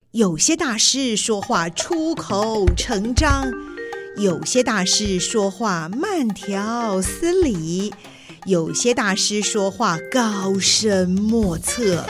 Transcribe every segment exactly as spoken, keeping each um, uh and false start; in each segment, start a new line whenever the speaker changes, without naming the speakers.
有些大师说话出口成章，有些大师说话慢条斯理，有些大师说话高深莫测。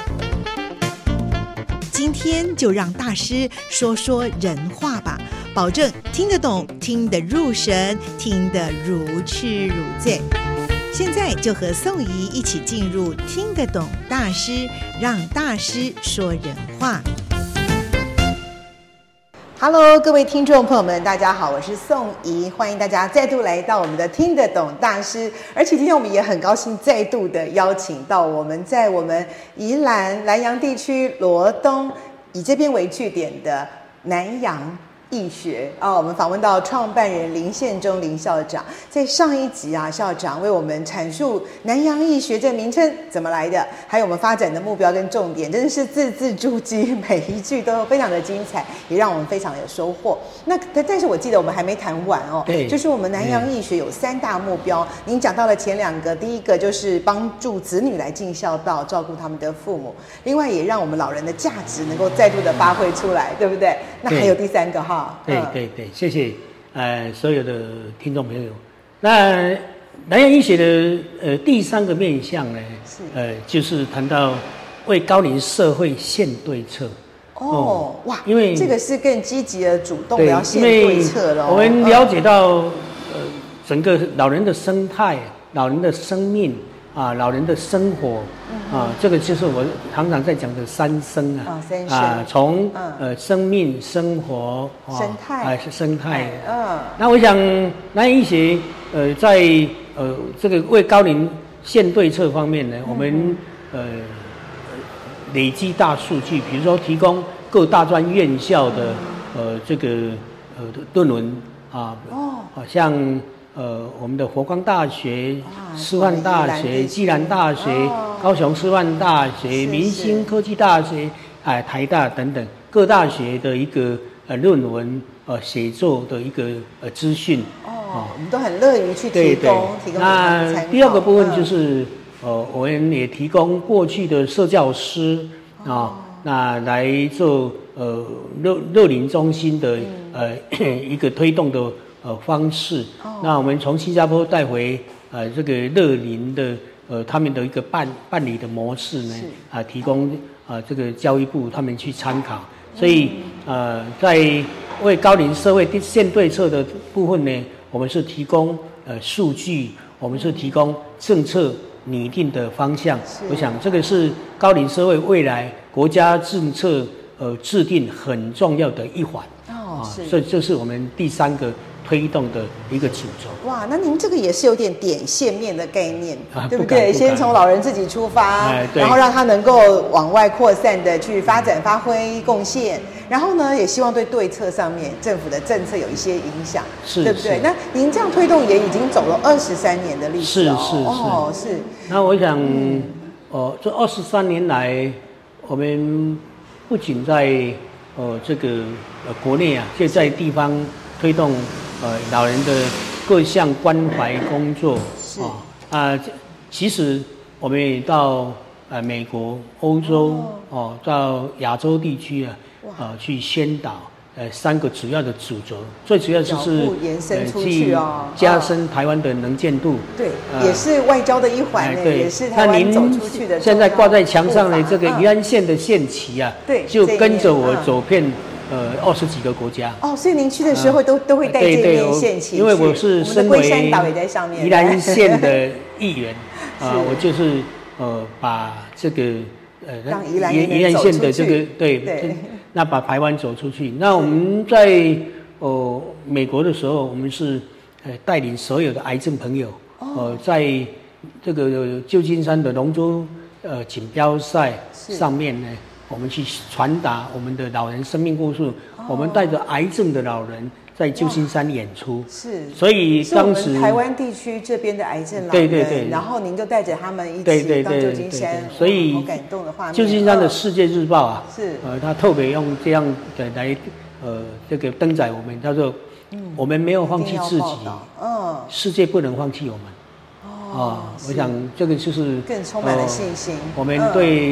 今天就让大师说说人话吧，保证听得懂，听得入神，听得如痴如醉。现在就和宋怡一起进入听得懂大师，让大师说人话。Hello， 各位听众朋友们，大家好，我是宋怡，欢迎大家再度来到我们的听得懂大师。而且今天我们也很高兴再度的邀请到我们在我们宜兰南洋地区罗东，以这边为据点的南洋义学啊，我们访问到创办人林宪忠林校长。在上一集啊，校长为我们阐述南洋义学这名称怎么来的，还有我们发展的目标跟重点，真的是字字珠玑，每一句都非常的精彩，也让我们非常有收获。那但是我记得我们还没谈完哦，
对，
就是我们南洋义学有三大目标，您讲到了前两个，第一个就是帮助子女来尽孝道，照顾他们的父母，另外也让我们老人的价值能够再度的发挥出来，对不对？那还有第三个哈。
对对对，谢谢呃所有的听众朋友。那南洋医学的呃第三个面向呢，是呃就是谈到为高龄社会献对策。
哦，哦哇，
因为
这个是更积极的、主动的要献对策了。
我们了解到、嗯、呃整个老人的生态、老人的生命啊、老人的生活。啊，这个就是我常常在讲的三生啊，
哦、三生
啊，从、嗯、呃生命、生活、
哦、生态，
还、呃、是生态。
嗯，
那我想南洋医学呃在呃这个为高龄献对策方面呢，嗯、我们呃累积大数据，比如说提供各大专院校的、嗯、呃这个呃论文啊，哦，好像。呃，我们的佛光大学、啊、师范大学、暨南大学、哦、高雄师范大学、明星科技大学、哎、台大等等各大学的一个呃论文呃写作的一个呃资讯。
哦，哦我们都很乐于去提供。
对对
提供
那第二个部分就是，嗯、呃，我们也提供过去的社教师啊、哦哦，那来做呃乐乐龄中心的、嗯、呃一个推动的。呃，方式，哦、那我们从新加坡带回呃这个乐龄的呃他们的一个办办理的模式呢，啊、呃、提供啊、呃、这个教育部他们去参考，所以、嗯、呃在为高龄社会献对策的部分呢，我们是提供呃数据，我们是提供政策拟定的方向，我想这个是高龄社会未来国家政策呃制定很重要的一环。哦，是，所以这是我们第三个推动的一个主轴。
哇，那您这个也是有点点线面的概念，
啊、
对不对？
不
先从老人自己出发，
哎、
然后让他能够往外扩散的去发展、发挥贡献，然后呢，也希望对对策上面政府的政策有一些影响，
是，
对不对？那您这样推动也已经走了二十三年的历史了、哦，
是是是，
哦是。
那我想，嗯、哦，这二十三年来，我们不仅在呃这个呃国内啊，就在地方推动呃老人的各项关怀工作啊啊、呃，其实我们也到呃美国、欧洲哦、呃，到亚洲地区啊，呃去宣导呃三个主要的主轴，最主要就是
延伸出去哦，
呃、加深台湾的能见度。
对，呃、也是外交的一环呢，也是台湾走出去的。
现在挂在墙上的这个宜兰县的县旗啊，
对，
就跟着我走遍。呃，二十几个国家
哦，所以您去的时候都、呃、都会带这面县旗，
因为我是身为宜兰县的议员啊、呃，我就是呃把这个呃
宜兰
宜兰县的这个对对，那把台湾走出去。那我们在呃美国的时候，我们是呃带领所有的癌症朋友，哦、呃在这个旧金山的龙舟呃锦标赛上面呢。我们去传达我们的老人生命故事，哦、我们带着癌症的老人在旧金山演出，
是，
所以当时
台湾地区这边的癌症老人，
对对对，
然后您就带着他们一起到旧金山，
所以
好感动的画面。
旧金山的《世界日报》啊，
是，
呃，他特别用这样的来呃这个登载我们，叫做、嗯、我们没有放弃自己，嗯，世界不能放弃我们。哦，我想这个就是
更充满了信心。
呃、我们对、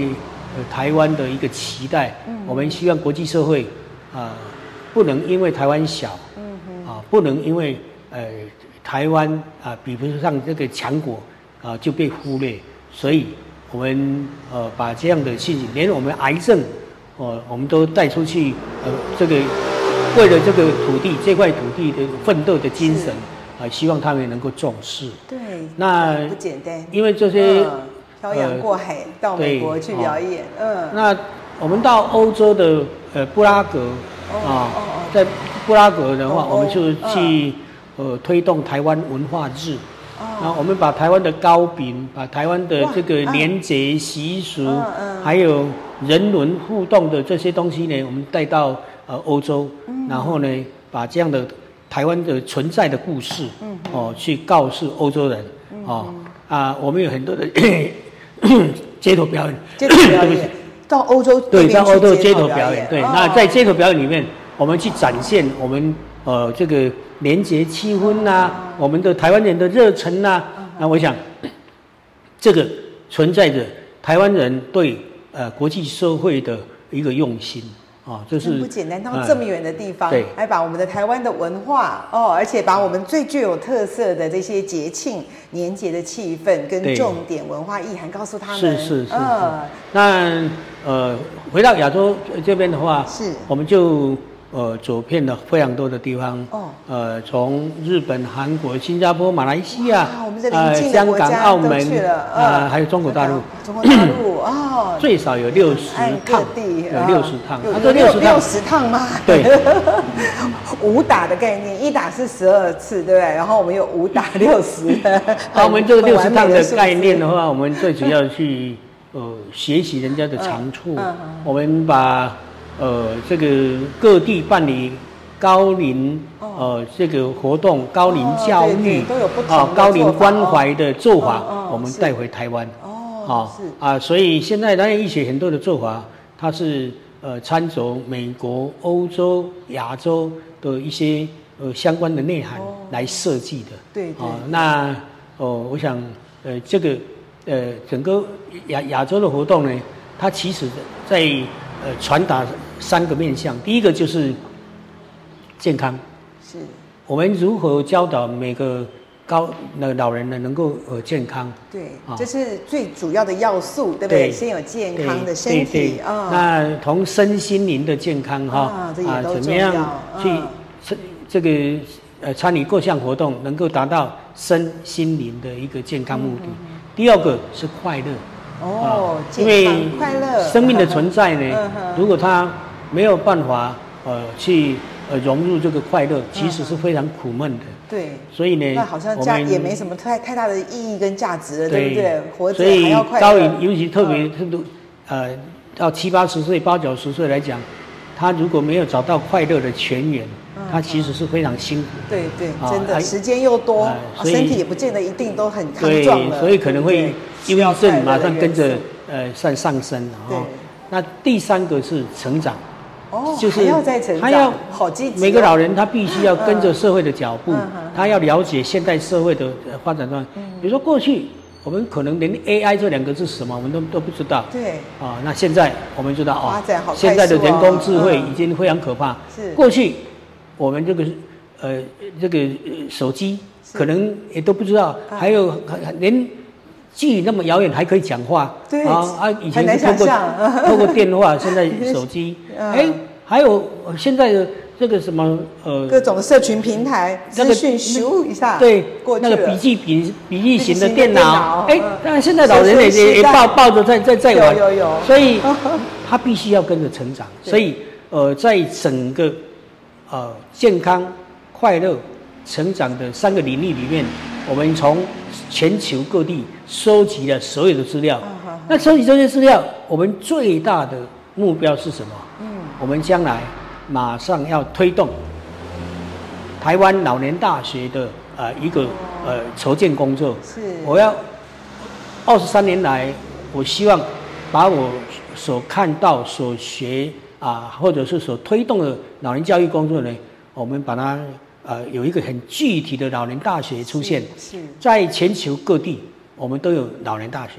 呃台湾的一个期待。嗯，我们希望国际社会啊、呃，不能因为台湾小，嗯哼，啊，不能因为呃台湾啊、呃、比不上这个强国啊、呃、就被忽略，所以我们呃把这样的信息，连我们癌症，哦、呃，我们都带出去，呃，这个为了这个土地这块土地的奋斗的精神。啊，希望他们能够重视。
对，
那
不简单，
因为这些、
嗯、漂洋过海、呃、到美国去表演，哦、嗯。
那我们到欧洲的呃布拉格、哦、啊，哦哦、在布拉格的话，哦、我们就去、嗯、呃推动台湾文化日。哦。那我们把台湾的糕饼，把台湾的这个连结习俗，嗯嗯、还有人伦互动的这些东西呢，我们带到呃欧洲，嗯、然后呢，把这样的。台湾的存在的故事，嗯、哦，去告诉欧洲人，嗯、哦，啊，我们有很多的街头表演，
街头表演，到欧洲
对，到欧洲街头表演，对，哦、那在街头表演里面，我们去展现我们呃这个连结气氛呐、啊，哦、我们的台湾人的热忱呐、啊，那、哦、我想，这个存在着台湾人对呃国际社会的一个用心。哦，就是
不简单，到这么远的地方，嗯、还把我们的台湾的文化哦，而且把我们最具有特色的这些节庆、年节的气氛跟重点文化意涵告诉他们。
是是是。嗯，那呃，回到亚洲这边的话，是我们就呃走遍了非常多的地方。哦。呃，从日本、韩国、新加坡、马来西亚，
我们这邻近的国家都去了。
呃，还有中国大陆。
中国大陆哦，
最少有六十趟，有六十趟，
有这六六十趟吗？
对，
五打的概念，一打是十二次，对不对？然后我们有五打六十。
那我们这个六十趟的概念的话，我们最主要去呃学习人家的长处，我们把呃这个各地办理高龄呃这个活动、高龄教育啊、高龄关怀的做法，我们带回台湾。啊啊，所以现在南洋医学很多的做法，它是呃参照美国、欧洲、亚洲的一些呃相关的内涵来设计的。
对对。啊，
那哦，我想呃这个呃整个亚亚洲的活动呢，它其实在呃传达三个面向，第一个就是健康，是我们如何教导每个。高那老人呢，能够呃健康，
对，啊、这是最主要的要素，对不对？对先有健康的身体啊、哦。
那从身心灵的健康哈啊，
这也都
怎么样去、嗯、这个呃参与各项活动，能够达到身心灵的一个健康目的。嗯嗯、第二个是快乐
哦，
啊、因为
快乐
生命的存在呢，嗯、如果他没有办法呃去呃融入这个快乐，其实是非常苦闷的。
对，
所以呢，
那好像价也没什么太太大的意义跟价值了， 对, 对不对？活着
还
要快乐。
所以高龄，尤其特别是都、嗯、呃到七八十岁、八九十岁来讲，他如果没有找到快乐的泉源，嗯、他其实是非常辛苦。
对对，啊、真的、啊、时间又多、啊，身体也不见得一定都很强壮了。
所以可能会忧郁症马上跟着呃上上升了哈。那第三个是成长。
哦，就是还要再成长，他要好积极、哦。
每个老人他必须要跟着社会的脚步，嗯嗯嗯、他要了解现代社会的发展状况。嗯、比如说过去我们可能连 A I 这两个字是什么，我们都都不知道。
对。
啊，那现在我们知道哦，
发展好快速哦，
现在的人工智慧已经非常可怕。
是。
过去我们这个呃这个手机可能也都不知道，还有连。距离那么遥远还可以讲话，
对
啊啊！以前是透过透过电话，现在手机，哎、嗯，还有现在的这个什么呃，
各种社群平台，资讯咻一下，
对，那个笔记笔笔记型的电脑，哎，当然现在老人也也也抱抱着在在在玩，
有有有，
所以他必须要跟着成长，所以呃，在整个呃健康、快乐、成长的三个领域里面，我们从全球各地收集了所有的资料。Uh-huh. 那收集这些资料，我们最大的目标是什么？嗯，我们将来马上要推动台湾老年大学的呃一个呃筹建工作。
是，
我要二十三年来，我希望把我所看到、所学啊，或者是所推动的老年教育工作呢，我们把它。呃，有一个很具体的老年大学出现，
是，
在全球各地，我们都有老年大学，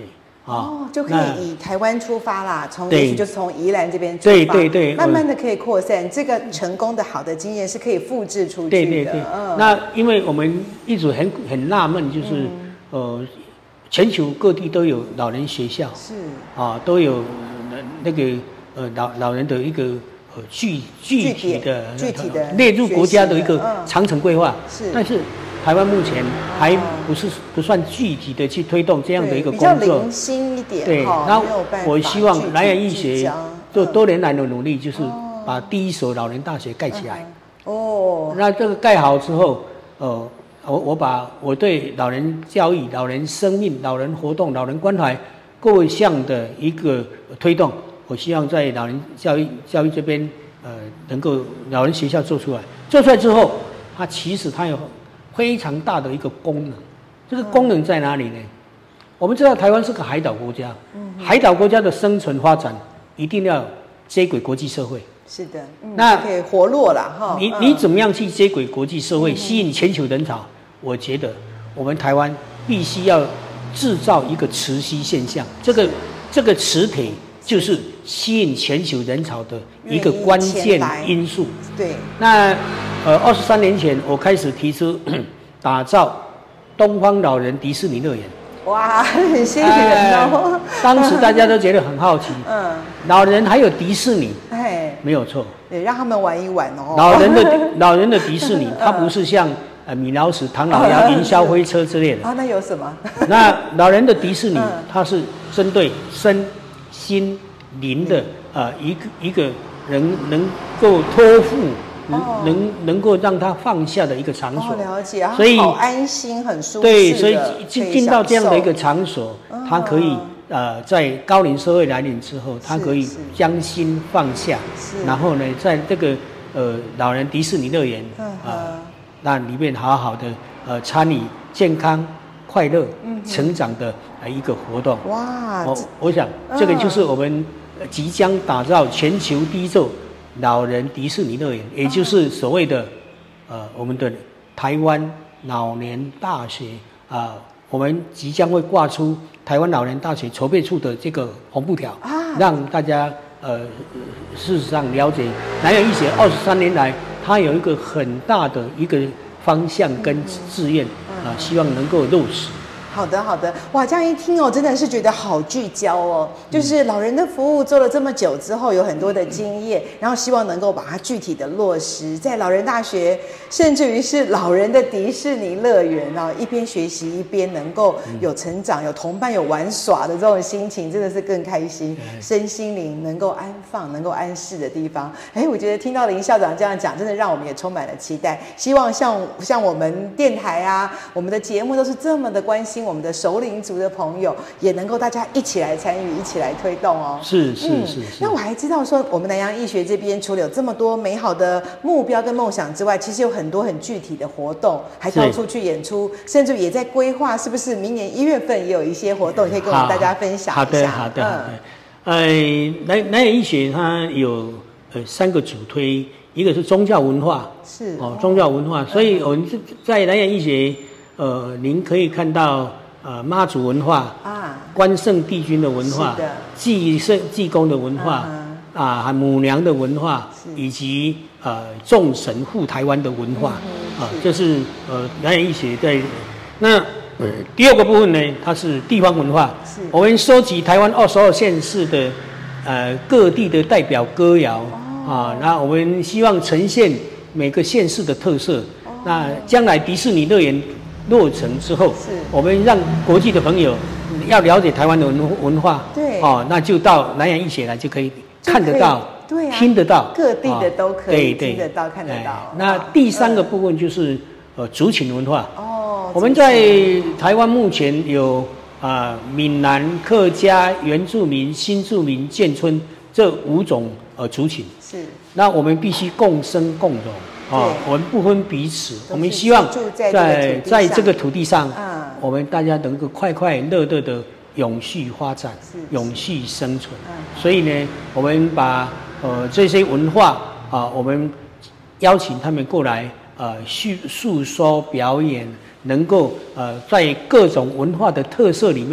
哦，就可以以台湾出发啦，从
对
也许就从宜兰这边出发，
对对对，
慢慢的可以扩散，这个成功的好的经验是可以复制出去的。
对对对，
嗯，
那因为我们一直很很纳闷，就是、嗯、呃，全球各地都有老人学校，
是
啊，都有那个呃老老人的一个。呃，具具体的
具体的
列入国家的一个长程规划，
是，
但是台湾目前还不是不算具体的去推动这样的一个工作，
比较零星一点。
对，那我希望南洋医学做多年来的努力，就是把第一所老人大学盖起来。哦，那这个盖好之后，呃，我我把我对老人教育、老人生命、老人活动、老人关怀各项的一个推动。我希望在老人教育教育这边，呃，能够老人学校做出来。做出来之后，它其实它有非常大的一个功能。这个功能在哪里呢？我们知道台湾是个海岛国家，嗯、海岛国家的生存发展一定要接轨国际社会。
是的，嗯、
那
可以活络了哈。
你你怎么样去接轨国际社会，嗯、吸引全球人潮？我觉得我们台湾必须要制造一个磁吸现象。这个这个磁铁。就是吸引全球人潮的一个关键因素。
对，
那呃，二十三年前我开始提出打造东方老人迪士尼乐园。
哇，很吸引人哦、呃！
当时大家都觉得很好奇，嗯，老人还有迪士尼，哎，没有错，
对，让他们玩一玩哦。
老人的老人的迪士尼，它不是像呃米老鼠、唐老鸭、云霄飞车之类的
啊，那有什么？
那老人的迪士尼，它是针对身。心灵的呃一个一个人能够托付，能、哦、能能够让他放下的一个场所。
哦、了解，
所以
好安心，很舒适。
对，所以进进到这样的一个场所，他可以呃在高龄社会来临之后，他可以将心放下，然后呢，在这个呃老人迪士尼乐园啊、呃，那里面好好的呃参与健康。快乐、成长的一个活动。哇！我我想这个就是我们即将打造全球第一座老人迪士尼乐园，也就是所谓的呃我们的台湾老年大学啊、呃，我们即将会挂出台湾老人大学筹备处的这个红布条，啊、让大家呃事实上了解南洋医学二十三年来，它有一个很大的一个方向跟志愿。啊，希望能够落实。
好的，好的，哇，这样一听哦，真的是觉得好聚焦哦。就是老人的服务做了这么久之后，有很多的经验，然后希望能够把它具体的落实在老人大学，甚至于是老人的迪士尼乐园哦，一边学习一边能够有成长、有同伴、有玩耍的这种心情，真的是更开心，身心灵能够安放、能够安适的地方。哎，我觉得听到林校长这样讲，真的让我们也充满了期待。希望像像我们电台啊，我们的节目都是这么的关心。我们的熟龄族的朋友也能够大家一起来参与，一起来推动哦。
是是是是、嗯。
那我还知道说，我们南洋医学这边除了有这么多美好的目标跟梦想之外，其实有很多很具体的活动，还到处去演出，甚至也在规划，是不是明年一月份也有一些活动，可以跟我们大家分享一下？
好的好的好的。呃，南南洋医学它有呃三个主推，一个是宗教文化，
是
哦宗教文化，所以我们在南洋医学。呃，您可以看到呃妈祖文化啊，关圣帝君的文化，祭圣济公的文化啊，还母娘的文化，以及呃众神护台湾的文化啊，这是呃南洋医学在那呃第二个部分呢，它是地方文化，我们收集台湾二十二县市的呃各地的代表歌谣啊，那我们希望呈现每个县市的特色，那将来迪士尼乐园落成之后，我们让国际的朋友要了解台湾的文文化，对，哦，那就到南洋医学来就可以看得到，
对啊，
听得到，
各地的都可以、
哦、对对
听得到、看得到。
那第三个部分就是呃族群文化哦，我们在台湾目前有啊、呃、闽南、客家、原住民、新住民、眷村这五种呃族群，是，那我们必须共生共荣。哦，我们不分彼此，我们希望在在这个土地上，嗯、我们大家能够快快乐乐的永续发展、永续生存。嗯、所以呢，我们把呃这些文化啊，我们邀请他们过来，呃，叙诉说表演，能够呃在各种文化的特色里面，嗯、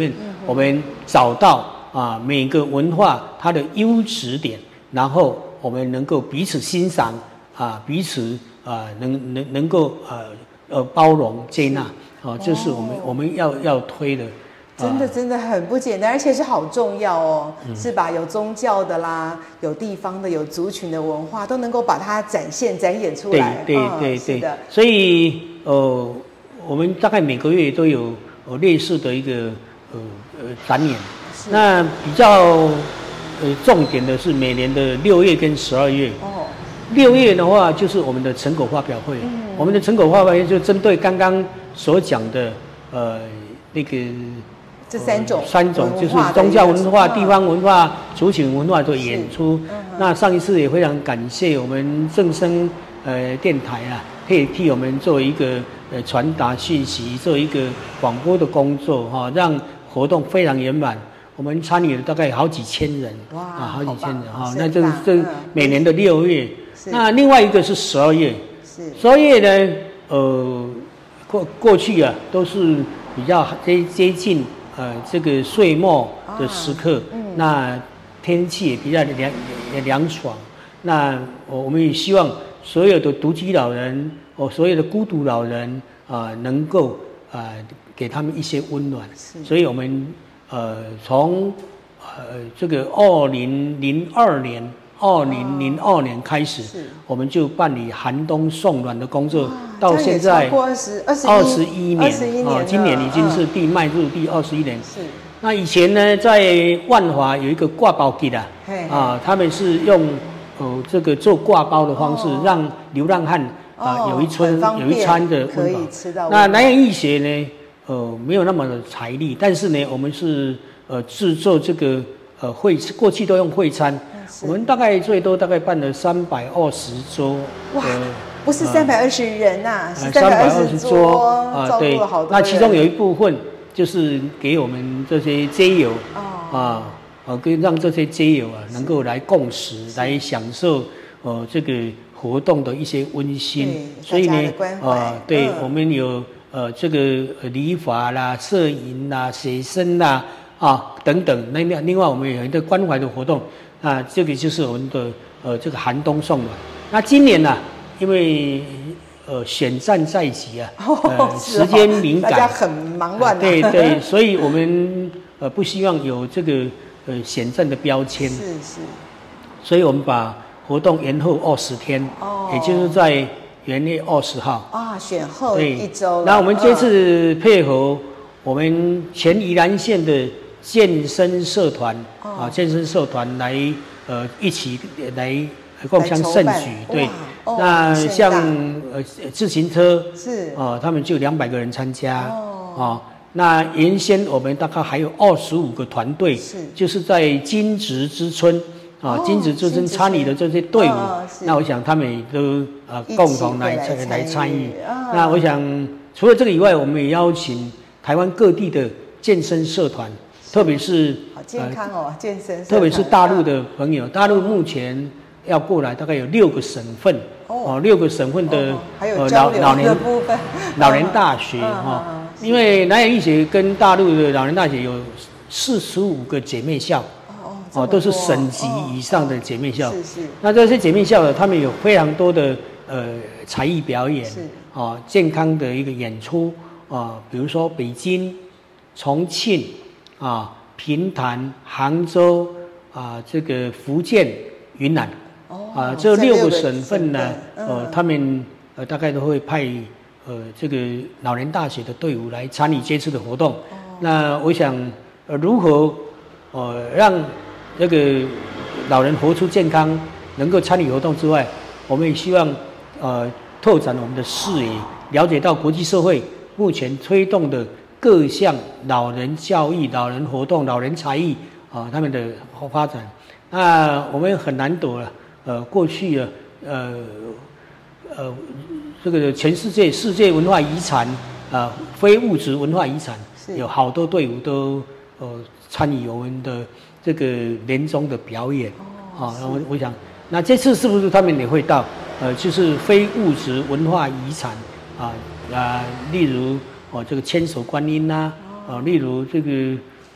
我们找到啊每个文化它的优质点，然后我们能够彼此欣赏啊，彼此啊能能能够呃呃包容接纳啊，这是我们、哦、我们要要推的。
真的真的很不简单，而且是好重要哦，嗯、是吧？有宗教的啦，有地方的，有族群的文化，都能够把它展现、展演出来。
对对对对、嗯、的。所以呃，我们大概每个月都有呃类似的一个呃呃展演。那比较呃重点的是每年的六月跟十二月。哦。六月的话就是我们的成果发表会，嗯、我们的成果发表会就针对刚刚所讲的呃那个。
这三种、
呃、三种就是宗教文化、地方文化、族群文化的演出。嗯、那上一次也非常感谢我们正声呃电台啊，可以替我们做一个呃传达讯息，做一个广播的工作哈、哦，让活动非常圆满。我们参与了大概好几千人，哇，啊，好几千人哈、哦。那这这每年的六月，那另外一个是十二月，十二月呢，呃，过过去啊都是比较接接近。呃，这个岁末的时刻，啊嗯、那天气也比较凉凉爽。那我们也希望所有的独居老人，哦，所有的孤独老人啊、呃，能够啊、呃、给他们一些温暖。所以我们呃从呃这个二零零二年、二零零二年开始，我们就办理寒冬送暖的工作。到现在
二十
二十一年，啊，今年已经是第迈入第二十一年。是。那以前呢，在万华有一个挂包机的，啊，他们是用呃这个做挂包的方式，让流浪汉啊有一餐有一餐的温饱。那南洋义协呢，呃，没有那么的财力，但是呢，我们是呃制作这个呃会过去都用会餐，我们大概最多大概办了三百二十桌。哇。
不是三百二十人呐、啊，是
三百二十桌
啊，对，
那其中有一部分就是给我们这些街友啊，啊，跟让这些街友啊能够来共食，来享受呃这个活动的一些温馨。所以呢，啊，对、嗯、我们有呃这个理发啦、摄影啦、写生啦啊等等。那另外我们有一个关怀的活动啊，这个就是我们的呃这个寒冬送暖。那今年呢、啊？因为呃选战在即啊，呃时间敏感，
大家很忙乱、啊。
对对，所以我们呃不希望有这个呃选战的标签。是是。所以我们把活动延后二十天，哦，也就是在元月二十号。
啊，选后一周。
那我们这次配合我们全宜兰县的健身社团、哦、啊，健身社团来呃一起来。共襄盛举，对，哦、那像呃自行车是啊、呃，他们就两百个人参加，哦，啊，那原先我们大概还有二十五个团队，是就是在金植之春啊，哦、金植之春参与的这些队伍，哦、那我想他们也都呃共同来来参与。哦、那我想除了这个以外，我们也邀请台湾各地的健身社团，特别是
好健康哦，呃、健身社团，
特别是大陆的朋友，大陆目前。要过来大概有六个省份哦，哦六个省份的、
哦、还有交流的部分，
老年大学哈、哦，因为南洋义协跟大陆的老年大学有四十五个姐妹校，哦哦，都是省级以上的姐妹校。哦、是是。那这些姐妹校呢，他们有非常多的呃才艺表演，是啊、哦，健康的一个演出啊、呃，比如说北京、重庆啊、平潭、杭州啊、这个福建、云南。哦、啊，这六个省份呢，嗯、呃，他们呃大概都会派呃这个老年大学的队伍来参与这次的活动。哦、那我想，呃，如何呃让这个老人活出健康，能够参与活动之外，我们也希望呃拓展我们的视野，了解到国际社会目前推动的各项老人教育、老人活动、老人才艺啊、呃、他们的发展。那我们很难得了。呃，过去啊，呃，呃，这个全世界世界文化遗产啊、呃，非物质文化遗产，有好多队伍都呃参与我们的这个年终的表演。哦，啊，我我想，那这次是不是他们也会到？呃，就是非物质文化遗产啊啊，例如哦这个千手观音呐、啊，啊，例如这个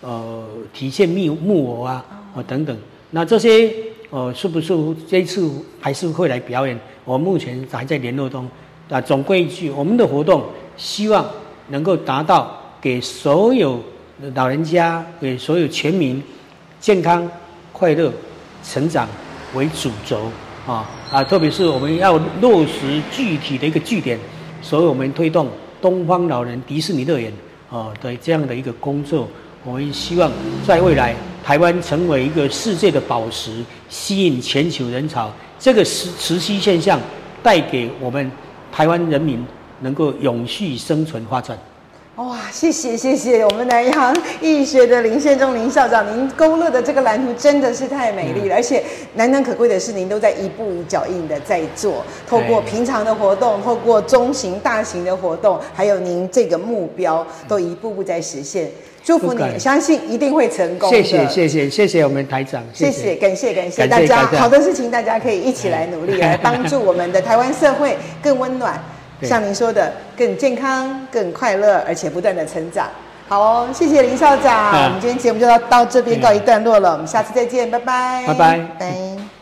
呃体现木木偶啊啊等等。那这些呃是不是这一次还是会来表演？我目前还在联络中。啊，总归一句，我们的活动希望能够达到给所有老人家、给所有全民健康、快乐、成长为主轴啊啊！特别是我们要落实具体的一个据点，所以我们推动东方老人迪士尼乐园啊的这样的一个工作，我们希望在未来台湾成为一个世界的宝石，吸引全球人潮。这个持持续现象带给我们台湾人民能够永续生存发展。
哇，谢谢谢谢我们南洋义学的林宪忠林校长，您勾勒的这个蓝图真的是太美丽了，嗯、而且难能可贵的是，您都在一步一脚印的在做，透过平常的活动，透过中型、大型的活动，还有您这个目标，都一步步在实现。祝福你，相信一定会成功的。
谢谢谢谢谢谢我们台长，
谢谢, 谢谢感谢感谢大家，好的事情大家可以一起来努力，来帮助我们的台湾社会更温暖。像您说的，更健康、更快乐，而且不断的成长。好哦，谢谢林校长，嗯、我们今天节目就到到这边告一段落了，我们下次再见，拜拜，
拜拜。
拜。